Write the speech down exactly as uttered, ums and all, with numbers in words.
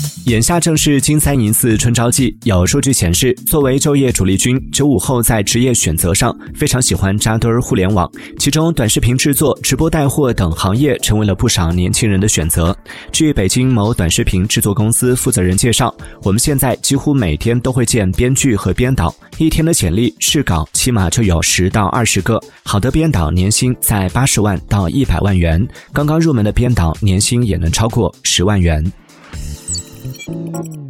眼下正是金三银四春招季，有数据显示，作为就业主力军，九五后在职业选择上非常喜欢扎堆儿互联网，其中短视频制作、直播带货等行业成为了不少年轻人的选择。据北京某短视频制作公司负责人介绍，我们现在几乎每天都会见编剧和编导，一天的简历试稿起码就有十到二十个，好的编导年薪在八十万到一百万元，刚刚入门的编导年薪也能超过十万元。